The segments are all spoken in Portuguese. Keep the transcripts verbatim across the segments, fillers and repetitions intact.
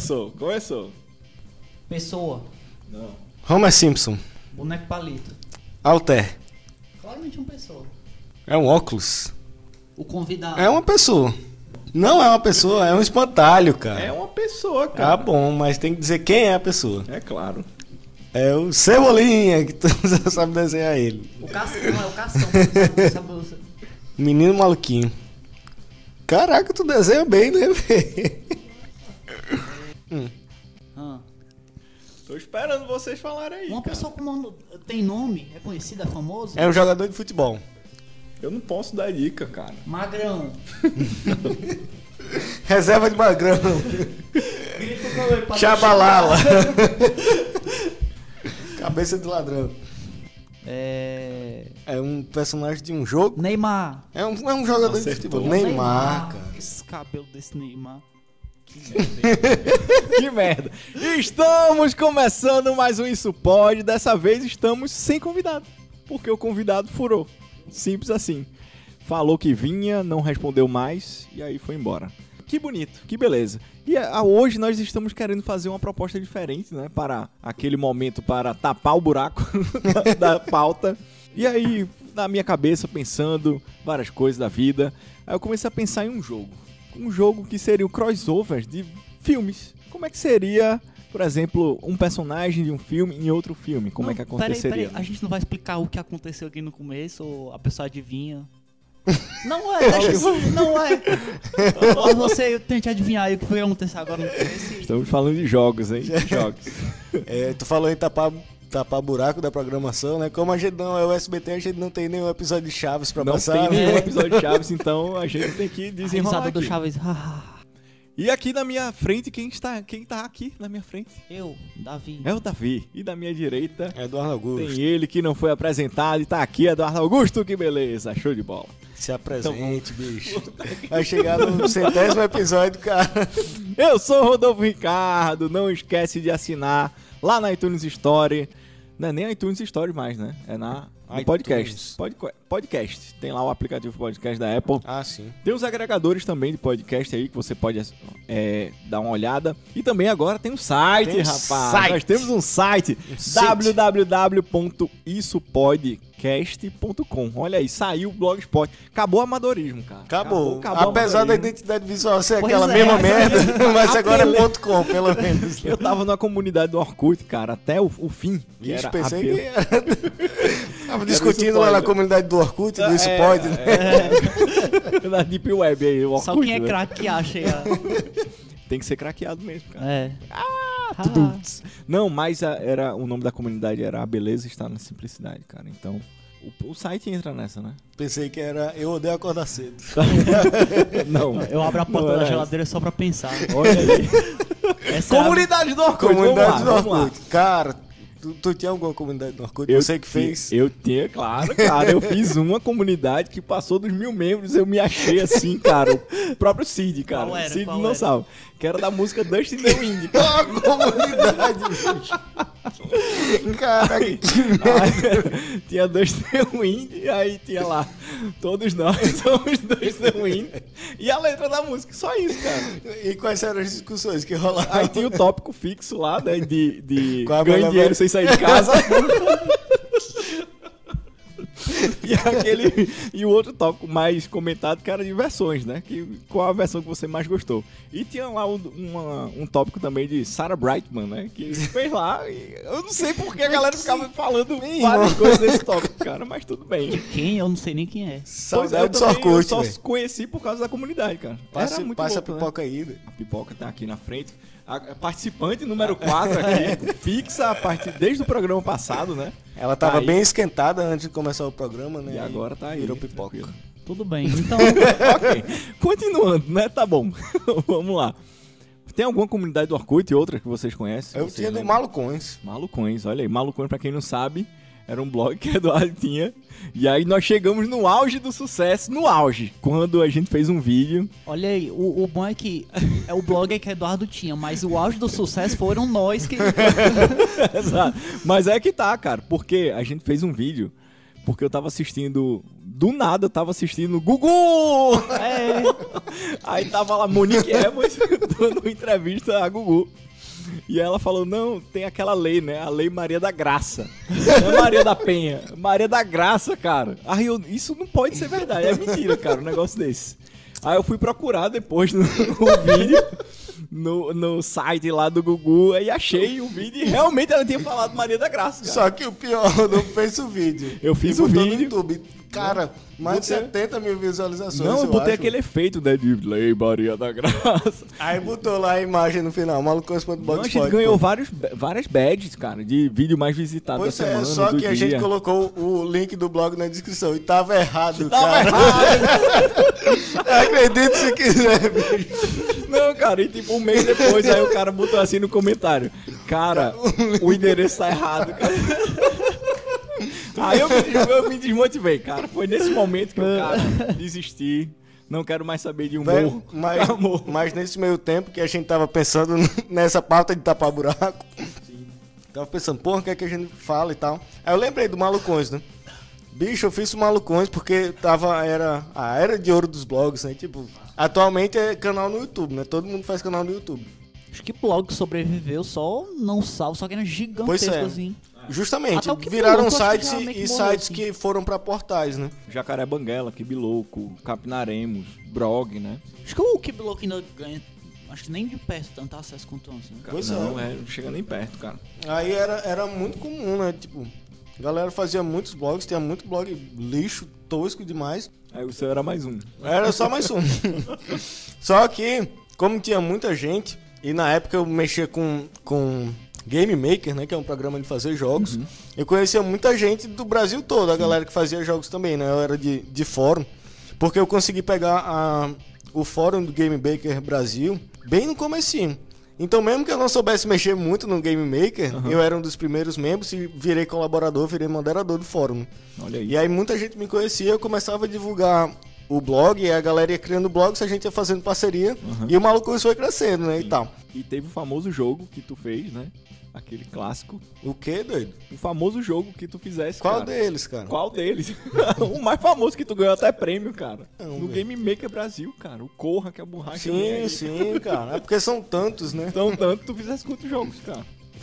Começou, começou. Pessoa. Não. Homer Simpson. Boneco palito. Alter. Claramente uma pessoa. É um óculos. O convidado. É uma pessoa. Não é uma pessoa, é um espantalho, cara. É uma pessoa, cara. Ah, bom, mas tem que dizer quem é a pessoa. É claro. É o Cebolinha, que tu já sabe desenhar ele. O Cascão, é o Cascão. Sabe, sabe, Menino maluquinho. Caraca, tu desenha bem, né, velho? hum. ah. Tô esperando vocês falarem aí, Uma cara. pessoa com nome, tem nome, é conhecida, é famoso? É um jogador de futebol. Eu não posso dar dica, cara. Magrão. Reserva de magrão. Grita o nome pra Chabalala. Cabeça de ladrão. É... É um personagem de um jogo. Neymar. É um, é um jogador Acertou. de futebol. Neymar, cara. Esse cabelo desse Neymar. Que merda. Que merda. Estamos começando mais um Isso Pode. Dessa vez estamos sem convidado. Porque o convidado furou. Simples assim. Falou que vinha, não respondeu mais e aí foi embora. Que bonito, que beleza. E a, hoje nós estamos querendo fazer uma proposta diferente, né? Para aquele momento, para tapar o buraco da, da pauta. E aí, na minha cabeça, pensando várias coisas da vida, aí eu comecei a pensar em um jogo. Um jogo que seria o crossover de filmes. Como é que seria, por exemplo, um personagem de um filme em outro filme? Como Não, é que aconteceria? Peraí, peraí, a gente não vai explicar o que aconteceu aqui no começo, ou a pessoa adivinha? Não é, deixa assim, não é. Ou você tente adivinhar aí o que foi acontecer agora no começo. Estamos falando de jogos, hein? De jogos. É, tu falou em tapar, tapar buraco da programação, né? Como a gente não é o S B T, a gente não tem nenhum episódio de Chaves pra Não passar. tem nenhum né? episódio de Chaves, então a gente tem que A desenrolar risada do aqui. Chaves. E aqui na minha frente, quem está, quem tá aqui na minha frente? Eu, Davi. É o Davi. E da minha direita Eduardo Augusto. tem ele que não foi apresentado e tá aqui, Eduardo Augusto. Que beleza, show de bola. Se apresente, bicho. Vai chegar no centésimo episódio, cara. Eu sou o Rodolfo Ricardo, não esquece de assinar lá na iTunes Store. Não é nem iTunes Store mais, né? É na no podcast. Podca- podcast. Tem lá o aplicativo podcast da Apple. Ah, sim. Tem os agregadores também de podcast aí que você pode é, dar uma olhada. E também agora tem um site, Tem um rapaz. site. Nós temos um site, Um site. w w w ponto isso podcast ponto com. Olha aí, saiu o Blogspot. Acabou o amadorismo, cara. Acabou. acabou o Apesar da amadorismo. identidade visual ser Pois aquela é, mesma essa merda, mas A agora pele- é ponto .com, pelo menos. Eu tava na comunidade do Orkut, cara, até o, o fim. Que Ixi, era pensei apelo. que era... Tava discutindo Isso lá na pode. comunidade do Orkut, do Isso É, Pode, né? É, na Deep Web aí, o Orkut. Só quem é né? craque que acha aí. ó. Tem que ser craqueado mesmo, cara. É. Ah, Não, mas a- era, o nome da comunidade era A Beleza Está na Simplicidade, cara. Então, o, o site entra nessa, né? Pensei que era Eu Odeio Acordar Cedo. Não. Eu abro a porta Não da era geladeira só pra pensar. Olha aí. Essa é a- Comunidade do Orkut, Comunidade do vamos lá, vamos lá. Orkut. Cara, tu, tu tinha alguma comunidade do Orkut? Eu Você que ti- fez? Eu tinha, claro, cara. Eu fiz uma comunidade que passou dos mil membros. Eu me achei assim, cara. O próprio Cid, cara. Qual era? Cid Qual Dinossauro. Que era da música Dust in the Wind, cara. A comunidade, bicho. Cara, que Aí, tinha Dust in the Wind. E aí tinha lá. Todos nós somos Dust in the Wind. E a letra da música. Só isso, cara. E quais eram as discussões que rolavam? Aí tinha o tópico fixo lá, né? De, de Qual a ganhe melhor dinheiro vez? sem sair de casa. E, aquele, e o outro tópico mais comentado que era de versões, né? Que, qual a versão que você mais gostou? E tinha lá um, uma- um tópico também de Sarah Brightman, né? Que fez lá. E eu não sei por que a galera ficava falando várias coisas desse tópico, cara, mas tudo bem. Quem? Eu não sei nem quem é. Pois é, eu Saudade do também, eu Orkut, só velho. conheci por causa da comunidade, cara. Passa, Era muito passa louco, a né? pipoca aí, né? A pipoca tá aqui na frente. A a participante número quatro aqui, fixa a partir desde o programa passado, né? Ela tava Aí. bem esquentada antes de começar o programa, né? E agora tá aí. Virou pipoca. tranquilo. Tudo bem. Então, Ok. Continuando, né? Tá bom. Vamos lá. Tem alguma comunidade do Orkut e outra que vocês conhecem? Eu Vocês tinha do lembram? Malucões. Malucões, olha aí. Malucões, pra quem não sabe, era um blog que o Eduardo tinha. E aí nós chegamos no auge do sucesso, no auge, quando a gente fez um vídeo. olha aí, o, o bom é que é o blog que Eduardo tinha, mas o auge do sucesso foram nós que... Exato. Mas é que tá, cara, porque a gente fez um vídeo porque eu tava assistindo... Do nada, eu tava assistindo Gugu! É. Aí tava lá Monique Evans dando entrevista a Gugu. E ela falou, não, tem aquela lei, né? A Lei Maria da Graça. Não é Maria da Penha. Maria da Graça, cara. Aí eu, isso não pode ser verdade. É mentira, cara, um negócio desse. Aí eu fui procurar depois no, no vídeo, no, no site lá do Gugu, aí achei o vídeo e realmente ela tinha falado Maria da Graça, cara. Só que o pior, não fez o vídeo. Eu fiz e o botou vídeo. no YouTube. Cara, mais de Botei- setenta mil visualizações. Não, eu eu botei acho. aquele efeito, né, de Lei Maria da Graça. Aí botou lá a imagem no final, malucões.blogspot. Não, a gente ganhou vários, várias badges, cara, de vídeo mais visitado Pois da é, semana, só do que a dia. gente colocou o link do blog na descrição e tava errado, Tava cara. errado. Acredite se quiser, bicho. Não, cara, e tipo um mês depois, aí o cara botou assim no comentário, cara, o endereço tá errado, cara. Aí eu me, eu me desmotivei, cara. Foi nesse momento que eu, cara, desisti. Não quero mais saber de humor. Velho, mas, Amor. mas nesse meio tempo que a gente tava pensando nessa pauta de tapar buraco, tava pensando, porra, o que é que a gente fala e tal. Aí eu lembrei do Malucões, né? Bicho, eu fiz o Malucões porque tava, era a era de ouro dos blogs, né? Tipo, atualmente é canal no YouTube, né? Todo mundo faz canal no YouTube. Acho que blog sobreviveu só não salvo, só que era gigantesco Pois é. assim. Justamente, Até o que viraram piloto, acho que sites já e, meio que e morreu, sites assim. que foram pra portais, né? Jacaré Banguela, Kibilouco, Capinaremos, Brog, né? Acho que o Kiblock ainda ganha, acho que nem de perto tanto acesso quanto antes, né? Pois não, é. é, não chega nem perto, cara. Aí era, era muito comum, né? Tipo, a galera fazia muitos blogs, tinha muito blog lixo, tosco demais. Aí o seu era mais um. Era só mais um. Só que, como tinha muita gente, e na época eu mexia com, com Game Maker, né? Que é um programa de fazer jogos. Uhum. Eu conhecia muita gente do Brasil todo, a galera que fazia jogos também, né? Eu era de, de fórum. Porque eu consegui pegar a, o fórum do Game Maker Brasil bem no comecinho. Então, mesmo que eu não soubesse mexer muito no Game Maker, Uhum. eu era um dos primeiros membros e virei colaborador, virei moderador do fórum. Olha aí. E aí muita gente me conhecia, eu começava a divulgar o blog, e a galera ia criando blogs, a gente ia fazendo parceria, Uhum. e o maluco foi crescendo, né, e tal. E teve o famoso jogo que tu fez, né? Aquele clássico. O que, doido? O famoso jogo que tu fizesse, Qual cara. deles, cara? Qual deles? O mais famoso que tu ganhou até prêmio, cara. Não, no velho. Game Maker Brasil, cara. O Corra, que é a borracha. vem Sim, aí. sim, cara. É porque são tantos, né? Então, tanto tu fizesse quantos jogos, cara?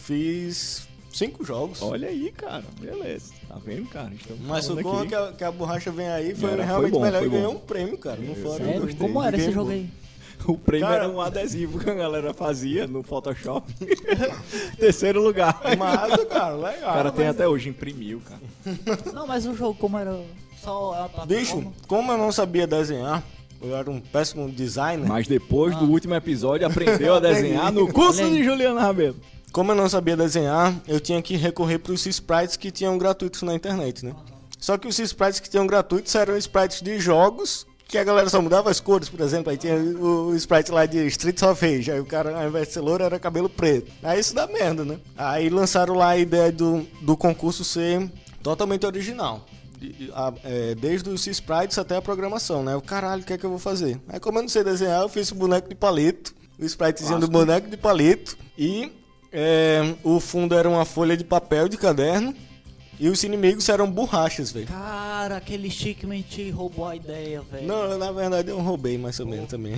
Fiz cinco jogos. Olha aí, cara. Beleza. Tá vendo, cara? Estamos Mas o falando Corra aqui. que a, que a borracha vem aí foi Era, foi realmente bom, melhor foi e ganhou bom. um prêmio, cara. Não foi Sério? gostei. Como era esse Game jogo Boy. aí? O prêmio Cara- era um adesivo que a galera fazia no Photoshop. Terceiro lugar. Massa, cara, legal. O cara tem mas- até hoje, imprimiu, cara. Não, mas o jogo como era só a plataforma? Bicho, como eu não sabia desenhar, eu era um péssimo designer. Mas depois do último episódio, aprendeu a desenhar no curso Olha aí. de Juliana Rabelo. Como eu não sabia desenhar, eu tinha que recorrer para os sprites que tinham gratuitos na internet, né? Só que os sprites que tinham gratuitos eram sprites de jogos, que a galera só mudava as cores, por exemplo. Aí tinha o, o sprite lá de Streets of Rage, aí o cara, ao invés de ser louro, era cabelo preto. Aí isso dá merda, né? Aí lançaram lá a ideia do, do concurso ser totalmente original. De- a- é, desde os sprites até a programação, né? O caralho, o que é que eu vou fazer? Aí como eu não sei desenhar, eu fiz o boneco de palito, o spritezinho do boneco de palito, e é, o fundo era uma folha de papel de caderno, e os inimigos eram borrachas, velho. Cara, aquele Stickman te roubou a ideia, velho. Não, na verdade eu roubei mais ou menos também.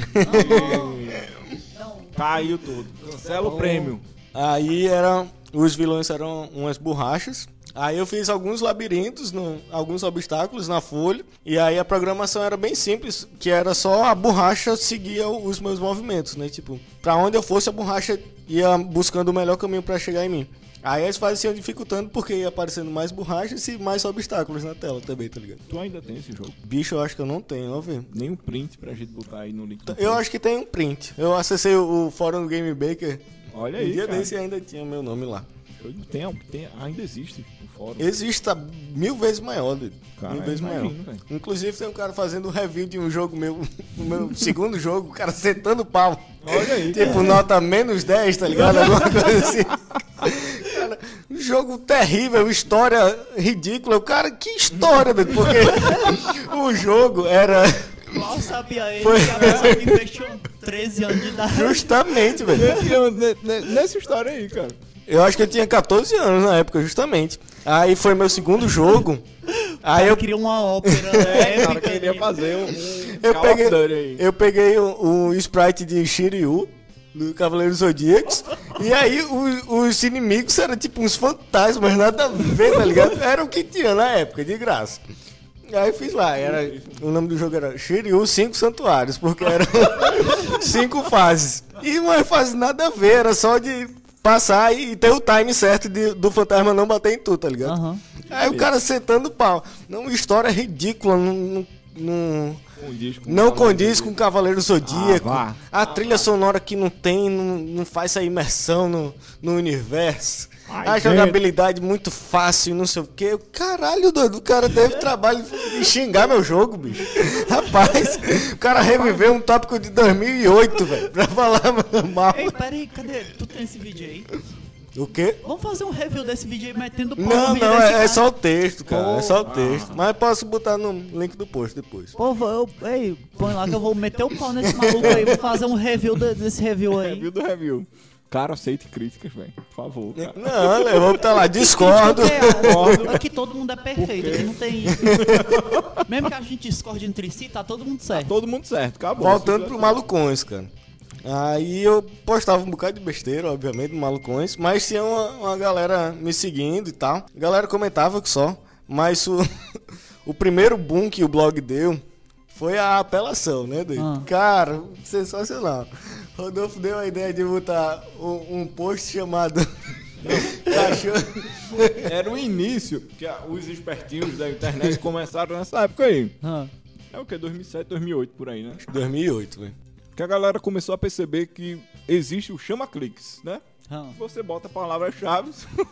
Não, Caiu tudo. Cancela o prêmio. Aí eram, os vilões eram umas borrachas. Aí eu fiz alguns labirintos, no- alguns obstáculos na folha. E aí a programação era bem simples, que era só a borracha seguia os meus movimentos, né? Tipo, pra onde eu fosse a borracha ia buscando o melhor caminho pra chegar em mim. Aí as fases iam dificultando porque ia aparecendo mais borrachas e mais obstáculos na tela também, tá ligado? Tu ainda tem esse jogo? Bicho, eu acho que eu não tenho, ó, ver. Nem um print pra gente botar aí no link. do Eu acho que tem um print. Eu acessei o, o fórum do Game Maker. Olha Um aí, dia cara. desse ainda tinha meu nome lá. Tem, tem, ainda existe o fórum. Existe, tá mil vezes maior, doido. Cara, mil vezes imagino, maior. velho. Inclusive tem um cara fazendo review de um jogo meu, o meu segundo jogo, o cara sentando pau. Olha aí. Tipo, nota menos dez, tá ligado? Alguma coisa assim. Cara, um jogo terrível, história ridícula. O cara, que história, doido? Porque o jogo era mal sabia ele Foi. que a pessoa que fez tinha treze anos de idade. justamente, velho. Nesse- ne- Nessa história aí, cara. Eu acho que eu tinha catorze anos na época, justamente. Aí foi meu segundo jogo. Aí eu queria uma ópera. É, cara, épica queria de- fazer um, um Eu Call of peguei, Duty aí. eu peguei o, o sprite de Shiryu, do Cavaleiro Zodíacos, e aí o- os inimigos eram tipo uns fantasmas, nada a ver, tá ligado? Era o que tinha na época, de graça. Aí eu fiz lá, era, o nome do jogo era Shiryu Cinco Santuários, porque eram cinco fases. E uma fase nada a ver, era só de passar e ter o time certo de- do fantasma não bater em tu, tá ligado? Aham. Aí o cara sentando pau. Não, história ridícula, não, não, não, Condiz com não o condiz com Cavaleiro Zodíaco. Ah, vá. A trilha sonora que não tem, não, não faz essa imersão no, no universo. Ai, A gente. jogabilidade muito fácil, não sei o quê. Caralho, doido, o cara teve trabalho de xingar meu jogo, bicho. Rapaz, o cara reviveu um tópico de dois mil e oito, velho, pra falar mal. Ei, peraí, cadê? Tu tem esse vídeo aí? O quê? Vamos fazer um review desse vídeo aí metendo pau no Não, vídeo não, desse é, é cara. só o texto, cara. É só o Pô. texto. Mas posso botar no link do post depois. Pô, vou- eu, ei, põe lá que eu vou meter o pau nesse maluco aí, vou fazer um review de- desse review aí. Review do review. Cara, aceite críticas, velho. Por favor, cara. Não, eu vou botar lá, discordo. Porque aqui todo mundo é perfeito, aqui não tem. Mesmo que a gente discorde entre si, tá todo mundo certo. Todo mundo certo, acabou. Voltando pro Malucões, cara. Aí eu postava um bocado de besteira, obviamente, no Malucões, mas tinha uma, uma galera me seguindo e tal. A galera comentava que só, mas o, o primeiro boom que o blog deu foi a apelação, né, doido? Ah. Cara, sensacional. Rodolfo deu a ideia de botar um, um post chamado Cachorro. Era o início que a- os espertinhos da internet começaram nessa época aí. Ah, É o que? dois mil e sete, dois mil e oito, por aí, né? dois mil e oito, velho. Que a galera começou a perceber que existe o chama-cliques, né? ah. Você bota palavras-chave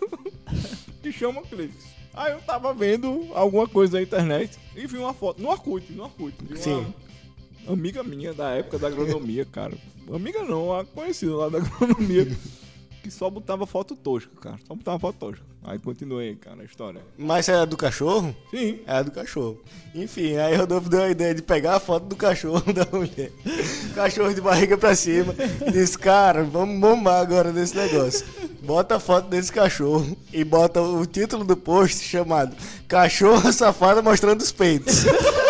que chamam cliques. Aí eu tava vendo alguma coisa na internet e vi uma foto no Orkut, no Orkut. De uma Sim. amiga minha da época da agronomia, cara. Amiga não, a conhecida lá da agronomia. Que só botava foto tosca, cara. Só botava foto tosca. Aí continuei, cara, a história. Mas é a do cachorro? Sim. É a do cachorro. Enfim, aí Rodolfo deu a ideia de pegar a foto do cachorro da mulher. Cachorro de barriga pra cima. E disse, cara, vamos bombar agora nesse negócio. Bota a foto desse cachorro e bota o título do post chamado Cachorro Safada Mostrando os Peitos.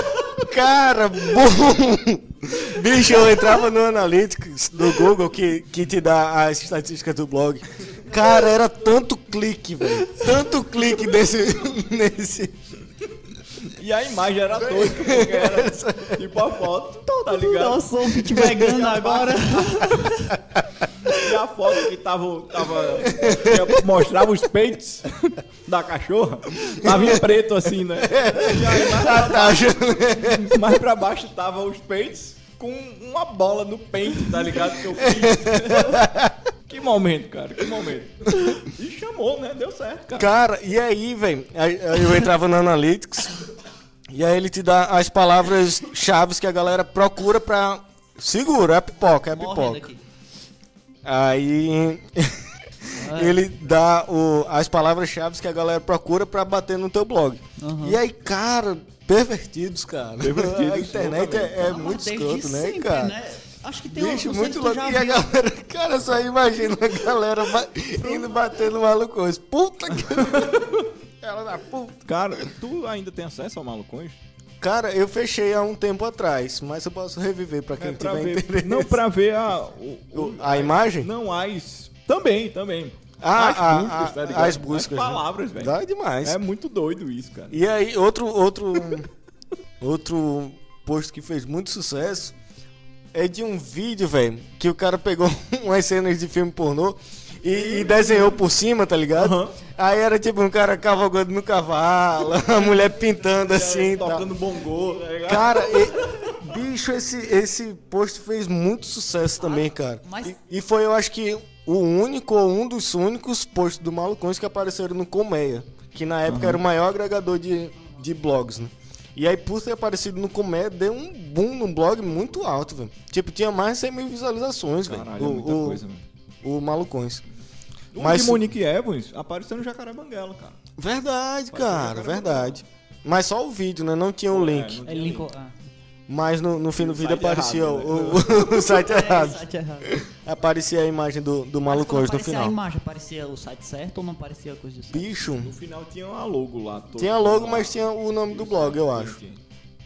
Cara, bom! Bicho, eu entrava no Analytics do Google que, que te dá as estatísticas do blog. Cara, era tanto clique, velho. Tanto clique nesse, nesse. E a imagem era tosca, porque era tipo a foto, tá ligado? Nossa, o kit vegano agora. E a foto que tava, tava que mostrava os peitos da cachorra, tava em preto assim, né? E aí mais pra, Ah, tá, baixo, mais pra baixo tava os peitos com uma bola no pente, tá ligado? Que eu fiz. Que momento, cara, que momento. E chamou, né? Deu certo, cara. Cara, e aí, velho? aí- aí Eu entrava no Analytics e aí ele te dá as palavras-chave que a galera procura pra. Segura, é pipoca, é Morrendo pipoca. aqui. Aí ele dá o, as palavras-chave que a galera procura pra bater no teu blog. Uhum. E aí, cara, pervertidos, cara. Pervertidos, A internet é, é Ah, muito desde escroto, né, sempre, cara? né? Acho que tem um. Bicho, não sei muito se tu louco. já E a viu. galera, cara, só imagina a galera ba- indo bater no malucões. Puta que. Ela da puta. Cara, tu ainda tem acesso ao Malucões? Cara, eu fechei há um tempo atrás, mas eu posso reviver pra quem É, pra tiver ver, interesse. não pra ver a... o- o- O- a imagem? Não, as... Também, também. Ah, as a- buscas, a- tá ligado? as buscas, As né? palavras, velho. Dá demais. É muito doido isso, cara. E aí, outro, outro, outro post que fez muito sucesso é de um vídeo, velho, que o cara pegou umas cenas de filme pornô e, e desenhou por cima, tá ligado? Aham. Aí era tipo um cara cavalgando no cavalo, a mulher pintando assim e tal. Tocando bongô, tá ligado? Cara, e- bicho, esse, esse post fez muito sucesso também, cara. mas- E, e foi, eu acho que, o único ou um dos únicos posts do Malucões que apareceram no Colmeia, que na época era o maior agregador de, de blogs, né? E aí, por ter aparecido no Colmeia, deu um boom no blog muito alto, velho. Tipo, tinha mais de cem mil visualizações, velho. Caralho, é muita o, coisa, velho. o Malucões. O Mas- de Monique Evans apareceu no Jacaré Banguela, cara. Verdade, Pode ser cara, que era verdade. Mas só o vídeo, né? Não tinha o É, link. não Ele tinha linkou. link. Ah. Mas no, no fim do O vídeo site aparecia errado, o, o- o site É, errado. site errado. Aparecia a imagem do, do Mas Malucões quando no aparecia a final. imagem, aparecia o site certo ou não aparecia coisa disso? Bicho, No final tinha uma logo lá. todo- tinha logo, mas tinha o nome do blog, eu acho. Tinha.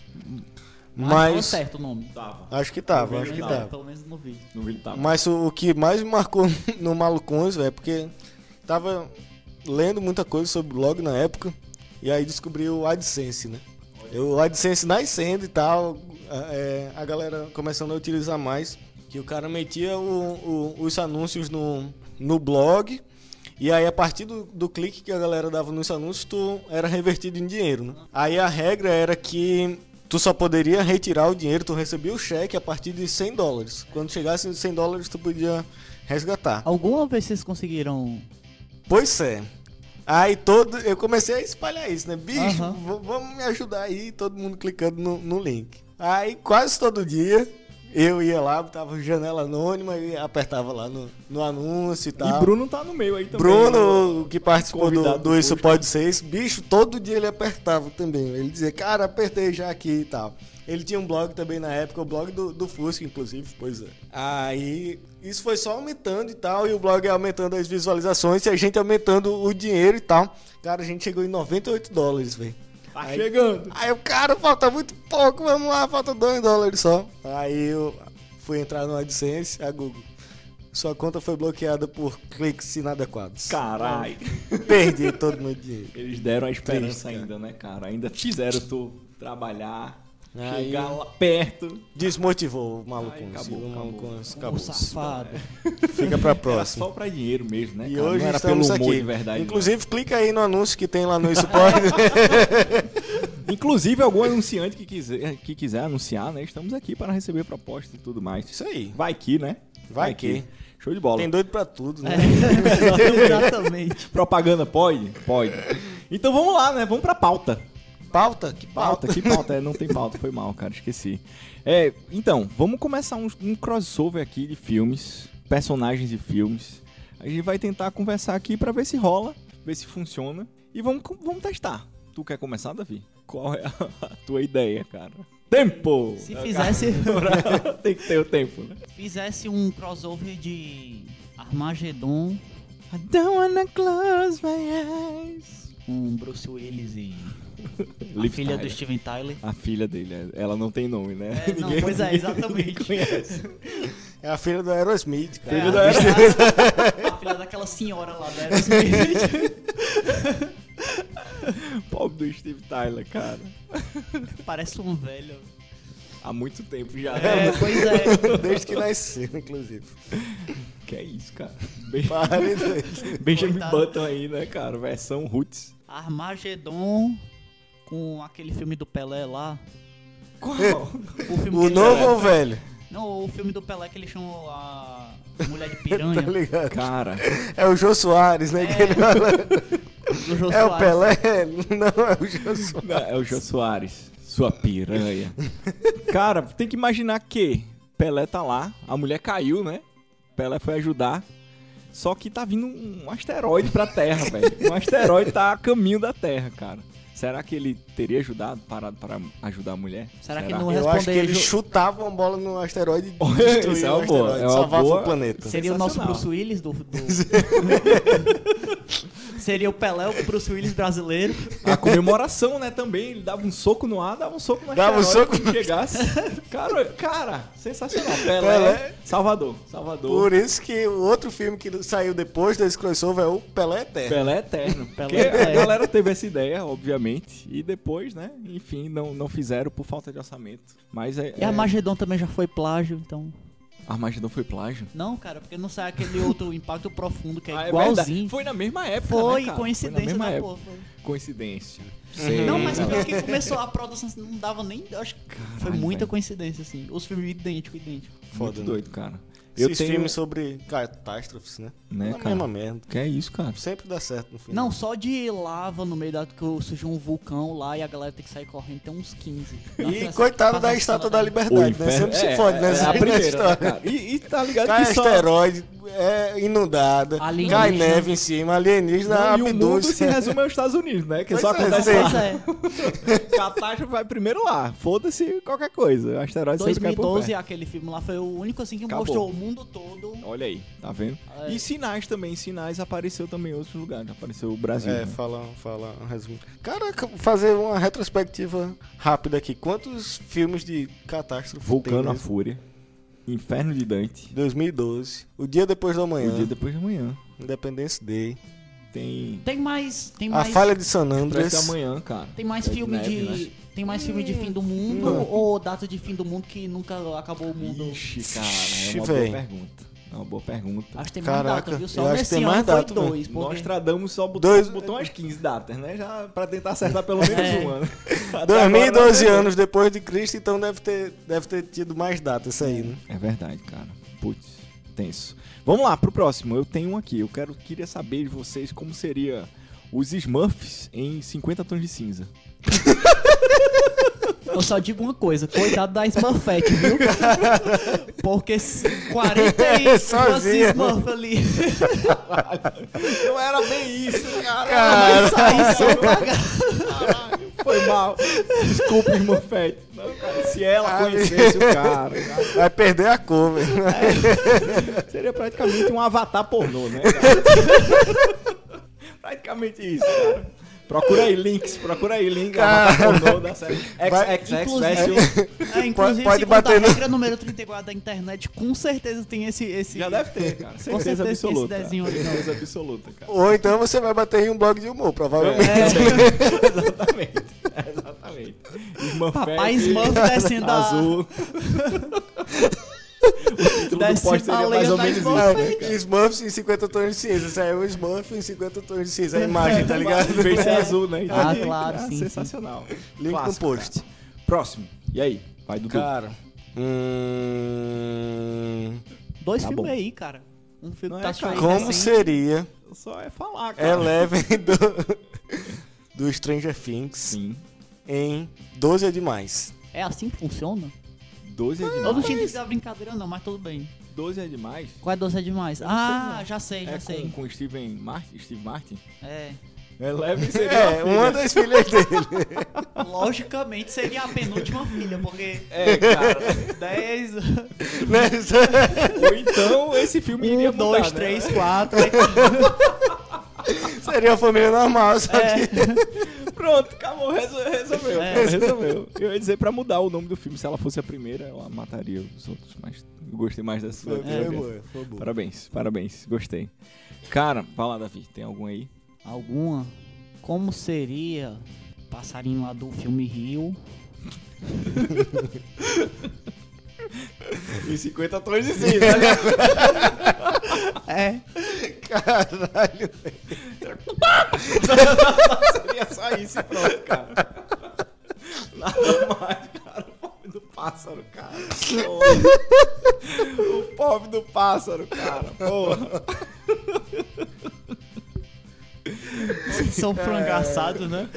Mas tava Mas certo o nome. Tava. acho que tava, No acho que vídeo Pelo tava. pelo menos no vídeo. No vídeo tava. Mas o, o que mais me marcou no Malucões, velho, porque tava lendo muita coisa sobre blog na época, e aí descobri o AdSense, né? Eu, o AdSense nascendo e tal, a, é, a galera começando a utilizar mais, que o cara metia o, o, os anúncios no, no blog, e aí a partir do, do clique que a galera dava nos anúncios, tu era revertido em dinheiro, né? Aí a regra era que tu só poderia retirar o dinheiro, tu recebia o cheque a partir de cem dólares. Quando chegasse em cem dólares, tu podia resgatar. Alguma vez vocês conseguiram... Pois é. Aí todo, eu comecei a espalhar isso, né? Bicho, Aham. v- vamos me ajudar aí, todo mundo clicando no, no link. Aí quase todo dia eu ia lá, botava janela anônima e apertava lá no, no anúncio e tal. E Bruno tá no meio aí também. Bruno, que participou do, Convidado do do Isso post. Pode Ser, bicho, todo dia ele apertava também. Ele dizia, cara, apertei já aqui e tal. Ele tinha um blog também na época, o blog do, do Fusca, inclusive, pois é. Aí, isso foi só aumentando e tal, e o blog aumentando as visualizações, e a gente aumentando o dinheiro e tal. Cara, a gente chegou em noventa e oito dólares, velho. Tá Aí- chegando. Aí o cara, falta muito pouco, vamos lá, falta dois dólares só. Aí eu fui entrar no AdSense, a Google. Sua conta foi bloqueada por cliques inadequados. Caralho. Perdi todo o meu dinheiro. Eles deram a esperança Triste, cara. ainda, né, cara? Ainda fizeram tu trabalhar, Aí- chegar lá perto. Desmotivou o maluco. Aí acabou, o maluco acabou. acabou. Ô, safado. Fica pra Era próxima. só pra dinheiro mesmo, né, E cara? hoje Não era pelo estamos humor aqui. de verdade. Inclusive, clica aí no anúncio que tem lá no Isso Pode. não. Inclusive, algum anunciante que quiser, que quiser anunciar, né? Estamos aqui para receber proposta e tudo mais. Isso aí. Vai que, né? Vai que. Show de bola. Tem doido pra tudo, né? É, exatamente. Propaganda pode? Pode. Então vamos lá, né? Vamos pra pauta. Pauta? Que Pauta, pauta? que pauta? É, não tem pauta, foi mal, cara, esqueci. É, então, vamos começar um, um crossover aqui de filmes, personagens de filmes. A gente vai tentar conversar aqui pra ver se rola, ver se funciona. E vamos, vamos testar. Tu quer começar, Davi? Qual é a, a tua ideia, cara? Tempo! Se fizesse, Tem que ter o tempo, né? fizesse um crossover de Armagedon I don't wanna close my eyes. com Bruce Willis e a Liv filha do Tyler. Steven Tyler. A filha dele, é- ela não tem nome, né? É, não, pois é, exatamente. ninguém conhece. É a filha do Aerosmith, cara. Filho É, da a, a filha daquela senhora lá da Aerosmith. Pobre do Steve Tyler, cara. Parece um velho. Há muito tempo já. É, pois é. Desde que nasceu, inclusive. Que é isso, cara. Ben- Pare doido. Benjamin Coitado. Button aí, né, cara? Versão Roots. Armagedon com aquele filme do Pelé lá. Qual? O filme que O ele- novo ou o velho? Não, o filme do Pelé que ele chamou a mulher de Tá piranha. ligado? Cara, É o Jô Soares, né? É. que ele fala. do Jô É o Soares. Pelé? Não, é o Jô Soares. é o Jô Soares. Sua piranha. Cara, tem que imaginar que Pelé tá lá, a mulher caiu, né? Pelé foi ajudar. Só que tá vindo um asteroide pra Terra, velho. Um asteroide tá a caminho da Terra, cara. Será que ele teria ajudado, parado para ajudar a mulher? Será que não Eu acho que responder ele ju- chutava uma bola no asteroide e Isso destruía é o uma boa, asteroide, é uma salvava boa- o planeta. Seria o nosso Sensacional. Bruce Willis do... do... Seria o Pelé, o Bruce Willis brasileiro. A comemoração, né, também. Ele dava um soco no ar, dava um soco no Dava um asteroide soco que chegasse. Cara, cara, sensacional. Pelé, Pelé. Salvador, Salvador. Por isso que o outro filme que saiu depois desse crossover é o Pelé Eterno. Pelé eterno. Pelé Porque eterno. a galera teve essa ideia, obviamente. E depois, né, enfim, não, não fizeram por falta de orçamento. Mas é... E Armagedon também já foi plágio, então... Armagedon foi plágio? Não, cara, porque não sai aquele outro Impacto Profundo que é Ah, é igualzinho. verdade. Foi na mesma época, Foi, né, cara? coincidência foi na mesma da época. porra. foi. Coincidência. Não, mas cara. pior que começou a produção, não dava nem... eu Acho que foi Caralho, muita velho. coincidência, assim. Os filmes idênticos, idênticos. Foda, Muito né? doido, cara. Eu Esses tenho... filmes sobre catástrofes, né? Né, É a cara? mesma merda. Que é isso, cara? Sempre dá certo no final. Não, só de lava no meio da que surgiu um vulcão lá e a galera tem que sair correndo, tem uns quinze. E Nossa, coitado faz da a Estátua cena da da- Liberdade, né? Sempre se fode, né? é, é a Sempre primeira, né, história. cara? E, e tá ligado Cai que só... asteroide, é inundada, Alienígena. cai neve em cima, alienígena, Não, e o mundo abduz. se resume aos Estados Unidos, né? Que Pois só é, acontece sim. Pois lá. é. Catástrofe vai primeiro lá. Foda-se qualquer coisa. O asteroide sempre cai por dois mil e doze, perto. aquele filme lá, foi o único assim que Acabou. mostrou o mundo todo. Olha aí, tá vendo? É. E sinais também. Sinais apareceu também em outros lugares. Apareceu o Brasil. É, né? fala, fala, um resumo. Cara, fazer uma retrospectiva rápida aqui. Quantos filmes de catástrofe Vulcano tem a mesmo? Fúria. Inferno de Dante. dois mil e doze. O Dia Depois da Manhã. O dia depois de amanhã. Independence Day. Tem... Tem mais. Tem A mais. Falha de San Expresso Andreas. da Manhã, cara. Tem mais É de filme neve, de. né? Tem mais filme de fim do mundo Hum. ou data de fim do mundo que nunca acabou o mundo? Ixi, cara, é Ixi, uma véi. boa pergunta. É uma boa pergunta. Acho que tem Caraca, mais data, viu? Só eu acho que nesse tem ano mais foi data, velho. dois. porque- Nostradamus só botou, Dois- botou umas quinze datas, né? Já pra tentar acertar pelo menos É. uma. Né? Até dois mil e agora doze não anos depois de Cristo, então deve ter, deve ter tido mais datas isso aí, né? É verdade, cara. Putz, tenso. Vamos lá, pro próximo. Eu tenho um aqui. Eu quero, queria saber de vocês como seria os Smurfs em cinquenta tons de cinza. Eu só digo uma coisa, coitado da Smurfette, viu? Porque se- quarenta e duas Sozinha. Smurf ali. Não era bem isso, cara. Cara. Sai só pagar. Caralho, foi mal. Desculpa, irmão Fete. Não, cara, se ela Ai. conhecesse o cara, cara, Vai perder a cor, velho. seria praticamente um avatar pornô, né, cara? Praticamente isso, cara. Procura aí links, procura aí link, Cara. avatar pornô da série Vai- X X X Inclusive- versus... É, inclusive, pode segundo bater a no- regra número trinta e quatro da internet, com certeza tem esse... esse... Já deve ter, cara. Certeza certeza tem esse absoluta. desenho ali, não. Certeza absoluta, cara. Ou então você vai bater em um blog de humor, provavelmente. É, exatamente. Exatamente. Smurfette, Papai Smurf descendo a... azul. O título do Desce post seria a mais lenha ou da menos isso, Smurf. né, É, cara? Smurfs em cinquenta tons de cinza. Isso aí é o Smurf em cinquenta tons de cinza. A imagem, tá ligado? Em vez de ser azul, né? Ah, Entendi. claro, sim, sim. Sensacional. Link no Clássico, post. cara. Próximo. E aí? Vai, Dudu. Cara. Hum, Dois Tá filmes bom. aí, cara. Um filme Não que tá é, cara. saindo como recente. seria Só é falar, cara. Eleven do, do Stranger Things Sim. em doze é demais? É assim que funciona? doze é Eu não demais. tinha entendido a brincadeira não, mas tudo bem. doze é demais? Qual é doze é demais? Eu não sei, Ah, não. já sei, já É sei. com, com Steven Martin? Steve Martin? É. Eleven seria É, a uma filha. das filhas dele. Logicamente seria a penúltima filha, porque É, cara. dez, Né? Ou então esse filme iria um, mudar, dois, né? três, quatro. Seria a família normal, só É. É. Pronto, acabou, resol- resolveu. É. cara, resolveu. Eu ia dizer pra mudar o nome do filme. Se ela fosse a primeira, ela mataria os outros. Mas eu gostei mais dessa sua Foi, foi teoria. boa, foi boa. Parabéns, parabéns. Gostei. Cara, vai lá, Davi. Tem algum aí? Alguma? Como seria passarinho lá do filme Rio? Em cinquenta tons de cinza, né? É. Caralho. Seria só isso e pronto, cara. Nada mais, cara. O pobre do pássaro, cara. Porra. O pobre do pássaro, cara. Porra. São frangaçados, né?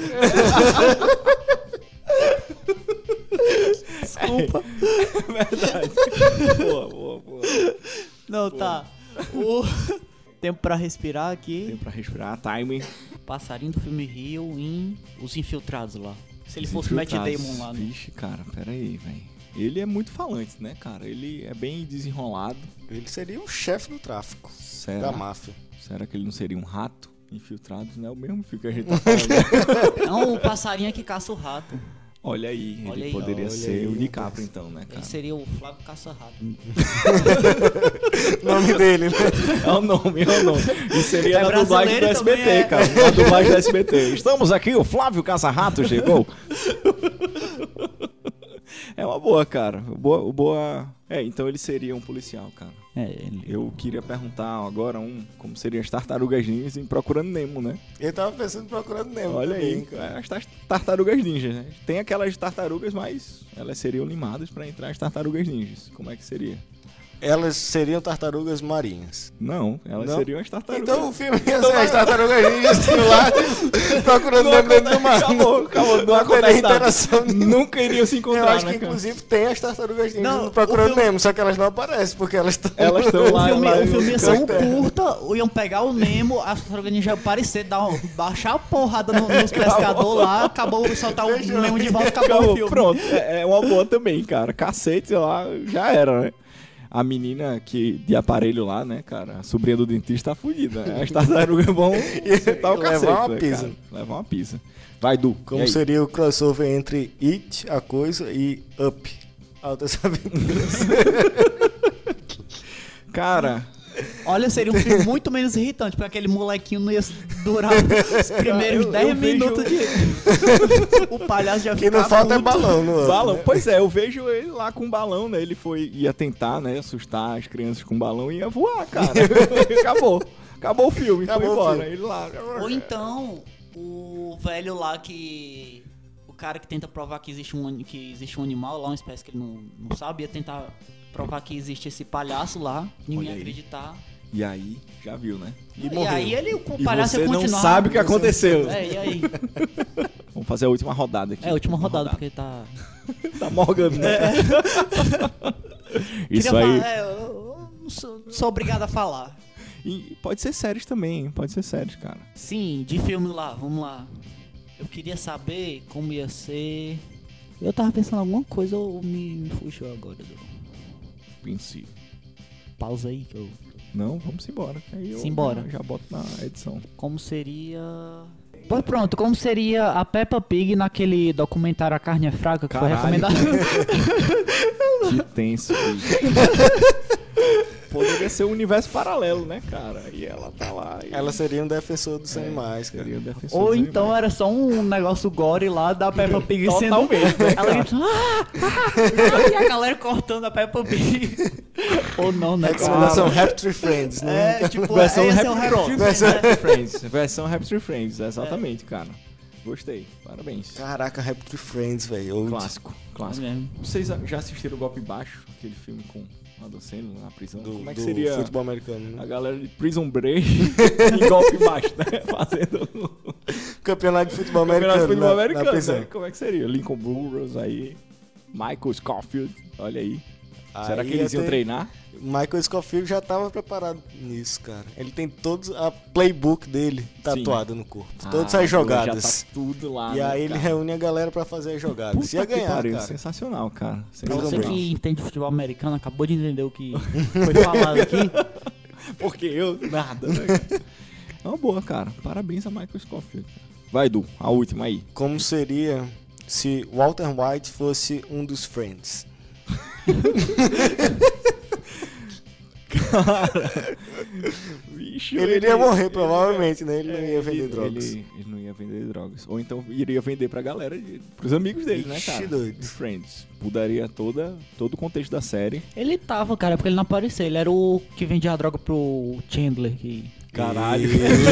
Desculpa. É verdade. Boa, boa, boa. Não, tá. O tempo pra respirar aqui. Tempo pra respirar. Timing. Passarinho do filme Rio em Os Infiltrados lá. Se ele Os fosse o Matt Infiltrados. Damon lá, né? Vixe, cara, pera aí, velho. Ele é muito falante, né, cara? Ele é bem desenrolado. Ele seria o chefe do tráfico, Será? da máfia. Será que ele não seria um rato? Infiltrados, não é o mesmo filme que a gente tá falando. né? Não, o passarinho é que caça o rato. Olha aí, Olha ele aí, poderia olha ser aí, o rapaz. DiCaprio então, né, cara? Ele seria o Flávio Caça-Rato. O nome dele, né? É o nome, é o nome. E seria É na dublagem do brasileiro S B T, também, é. cara. Na dublagem do S B T. Estamos aqui, o Flávio Caça-Rato chegou. É uma boa, cara. Boa, boa... É, então ele seria um policial, cara. É, ele. Eu queria perguntar agora um, como seriam as tartarugas ninjas em Procurando Nemo, né? Ele tava pensando em procurando Nemo. Olha também, aí, cara. as tar- tartarugas ninjas, né? Tem aquelas tartarugas, mas elas seriam limadas pra entrar as tartarugas ninjas. Como é que seria? Elas seriam tartarugas marinhas. Não, elas Não? seriam as tartarugas. Então o filme ia ser as tartarugas ninjas lá procurando Não Nemo dentro do mar. Acabou, acabou, não Não acontece teria nada. interação. Nunca iriam se Eu encontrar, acho né, que cara? inclusive tem as tartarugas ninjas Não, no Procurando o filme- Nemo, só que elas não aparecem, porque elas estão... Elas estão O lá, filme, lá o no filme ia ser um canto. curta, iam pegar o Nemo, as tartarugas ninja aparecer, dar um, baixar a porrada no- nos pescadores lá, acabou, soltar o Fechou. Nemo de volta, acabou, Acabou, o filme. pronto. É, é uma boa também, cara. Cacete, sei lá, já era, né? A menina que, de aparelho lá, né, cara? A sobrinha do dentista tá fudida, né? As tartarugas vão sentar o Levar cacete, uma né, pizza. cara? Levar uma pizza. Vai, Du. e Como aí? seria o crossover entre It, a coisa, e Up, Altas Aventuras. Cara, Olha, seria um filme muito menos irritante, porque aquele molequinho não ia durar os primeiros eu- dez eu vejo- minutos de... O palhaço já O que fica não falta é puto. balão no Up. balão. né? Pois é, eu vejo ele lá com balão, né? Ele foi, ia tentar, né, assustar as crianças com balão e ia voar, cara. Acabou. Acabou o filme, Acabou foi o embora. filme. Ele lá. Ou então, o velho lá que... O cara que tenta provar que existe um, ani- que existe um animal lá, uma espécie que ele não, não sabe, ia tentar provar que existe esse palhaço lá, ninguém Olha aí. ia acreditar. E aí, já viu, né? E, morreu. aí ele, o E palhaço você ia não continuar. sabe o que aconteceu. É, e aí? Vamos fazer a última rodada aqui. É a última rodada, porque tá... Tá morgando, né? Isso Queria aí. falar- é, eu, eu não sou, não sou obrigado a falar. E pode ser séries também, pode ser séries, cara. Sim, de filme lá, vamos lá. Eu queria saber como ia ser... Eu tava pensando em alguma coisa, ou me, me fugiu agora. Do... Pense. Pausa aí, que eu... Não, vamos embora. que Aí eu Simbora. já, já boto na edição. Como seria... Pois pronto, como seria a Peppa Pig naquele documentário A Carne é Fraca, que Caralho. foi recomendado? Que tenso, bicho. Poderia ser um universo paralelo, né, cara? E ela tá lá. E... Ela seria um defensor dos animais, cara. seria o defensor Ou dos então animais. era só um negócio gore lá da Peppa Pig sendo... Totalmente, né, Ela grita... "Ah, ah, ah", e a galera cortando a Peppa Pig. Ou não, né, cara? Recomendação Happy Friends, né? É, tipo, Versão esse Happy, é o Happy pronto. Tree Versão Friends, né? Happy Friends. Versão Happy Tree Friends, exatamente, cara. Gostei, parabéns. Caraca, Happy Friends, velho. Old. Clássico, clássico. É mesmo. Vocês já assistiram o Golpe Baixo? Aquele filme com Adam Sandler na prisão? Do, Como é que do seria futebol americano, a né? galera de Prison Break e Golpe Baixo, né? Fazendo o Campeonato de futebol campeonato americano. de futebol na- americano, na prisão. né? Como é que seria? Lincoln Burrows aí, Michael Scofield, olha aí. Será Aí que eles ia iam ter- treinar? Michael Scofield já tava preparado nisso, cara. Ele tem todos a playbook dele tatuada no corpo. Todas Ah, as jogadas. Já tá tudo lá, E né, aí ele cara? reúne a galera pra fazer as jogadas. Puta Ia que ganhar, pariu, cara. sensacional, cara. Pra Prison você Sensacional. que entende de futebol americano, acabou de entender o que foi falado aqui. Porque eu, nada, né? cara? É uma boa, cara. Parabéns a Michael Scofield. Vai, Du, a última aí. Como seria se Walter White fosse um dos Friends? Bicho, Ele iria morrer, provavelmente, né? Ele não É, ia vender ele- drogas. Ele, ele não ia vender drogas. Ou então iria vender pra galera, de, pros amigos dele, né, Ixi, cara? doido. Os Friends. Mudaria toda, todo o contexto da série. Ele tava, cara, porque ele não apareceu. Ele era o que vendia a droga pro Chandler. Que... Caralho.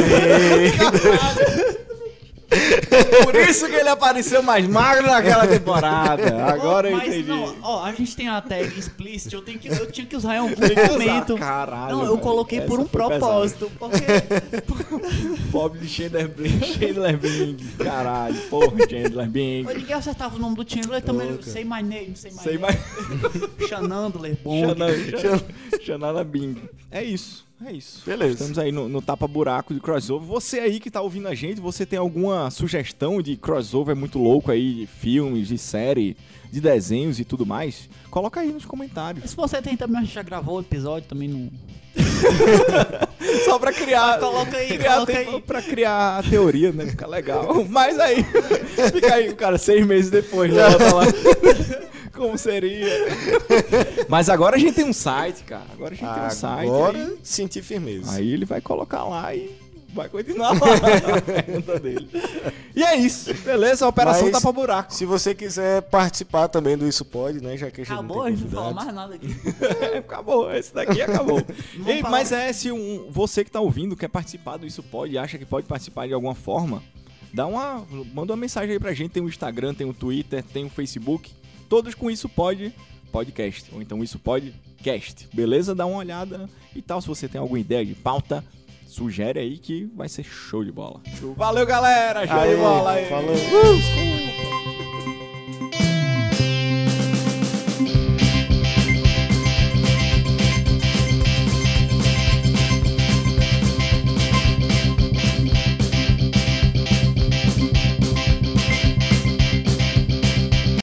Por isso que ele apareceu mais magro naquela temporada. Agora Ó, eu mas entendi. não, ó, a gente tem a tag explícita, eu, tenho que, eu tinha que usar em algum Tem que usar. momento. Caralho, Não, eu velho. coloquei por Essa um foi pesada. propósito. Porque Pobre de Chandler Bing. Chandler Bing. Caralho. Porra, Chandler Bing. ninguém acertava o nome do Chandler também. Ô, cara. Say my name, say my Sei name. mais. Xanandler, bom. Xanana Bing. É isso. É isso. Beleza. Estamos aí no, no tapa-buraco de crossover. Você aí que tá ouvindo a gente, você tem alguma sugestão de crossover muito louco aí, de filmes, de série, de desenhos e tudo mais? Coloca aí nos comentários. Se você tem também, a gente já gravou o episódio, também não... Só pra criar. Coloca aí, criar coloca tempo aí. Pra criar a teoria, né? Fica legal. Mas aí, fica aí, o cara, seis meses depois, já volta lá. Como seria? Mas agora a gente tem um site, cara. Agora a gente tem um site. Agora, Aí, senti firmeza. aí ele vai colocar lá e vai continuar lá a pergunta dele. E é isso. Beleza? A operação Mas- tapa buraco. Se você quiser participar também do Isso Pode, né? Já que a gente Acabou, a não gente tem não fala convidado. mais nada aqui. Acabou, esse daqui acabou. Vamos Ei, falar- mas é, se um, você que tá ouvindo quer participar do Isso Pode, acha que pode participar de alguma forma, dá uma, manda uma mensagem aí pra gente. Tem o Instagram, tem o Twitter, tem o Facebook, todos com Isso Pode Podcast. Ou então Isso Pode Cast, beleza? Dá uma olhada e tal. Se você tem alguma ideia de pauta, sugere aí que vai ser show de bola. Valeu, galera! Show Aê, de bola aí! Falou! Uh!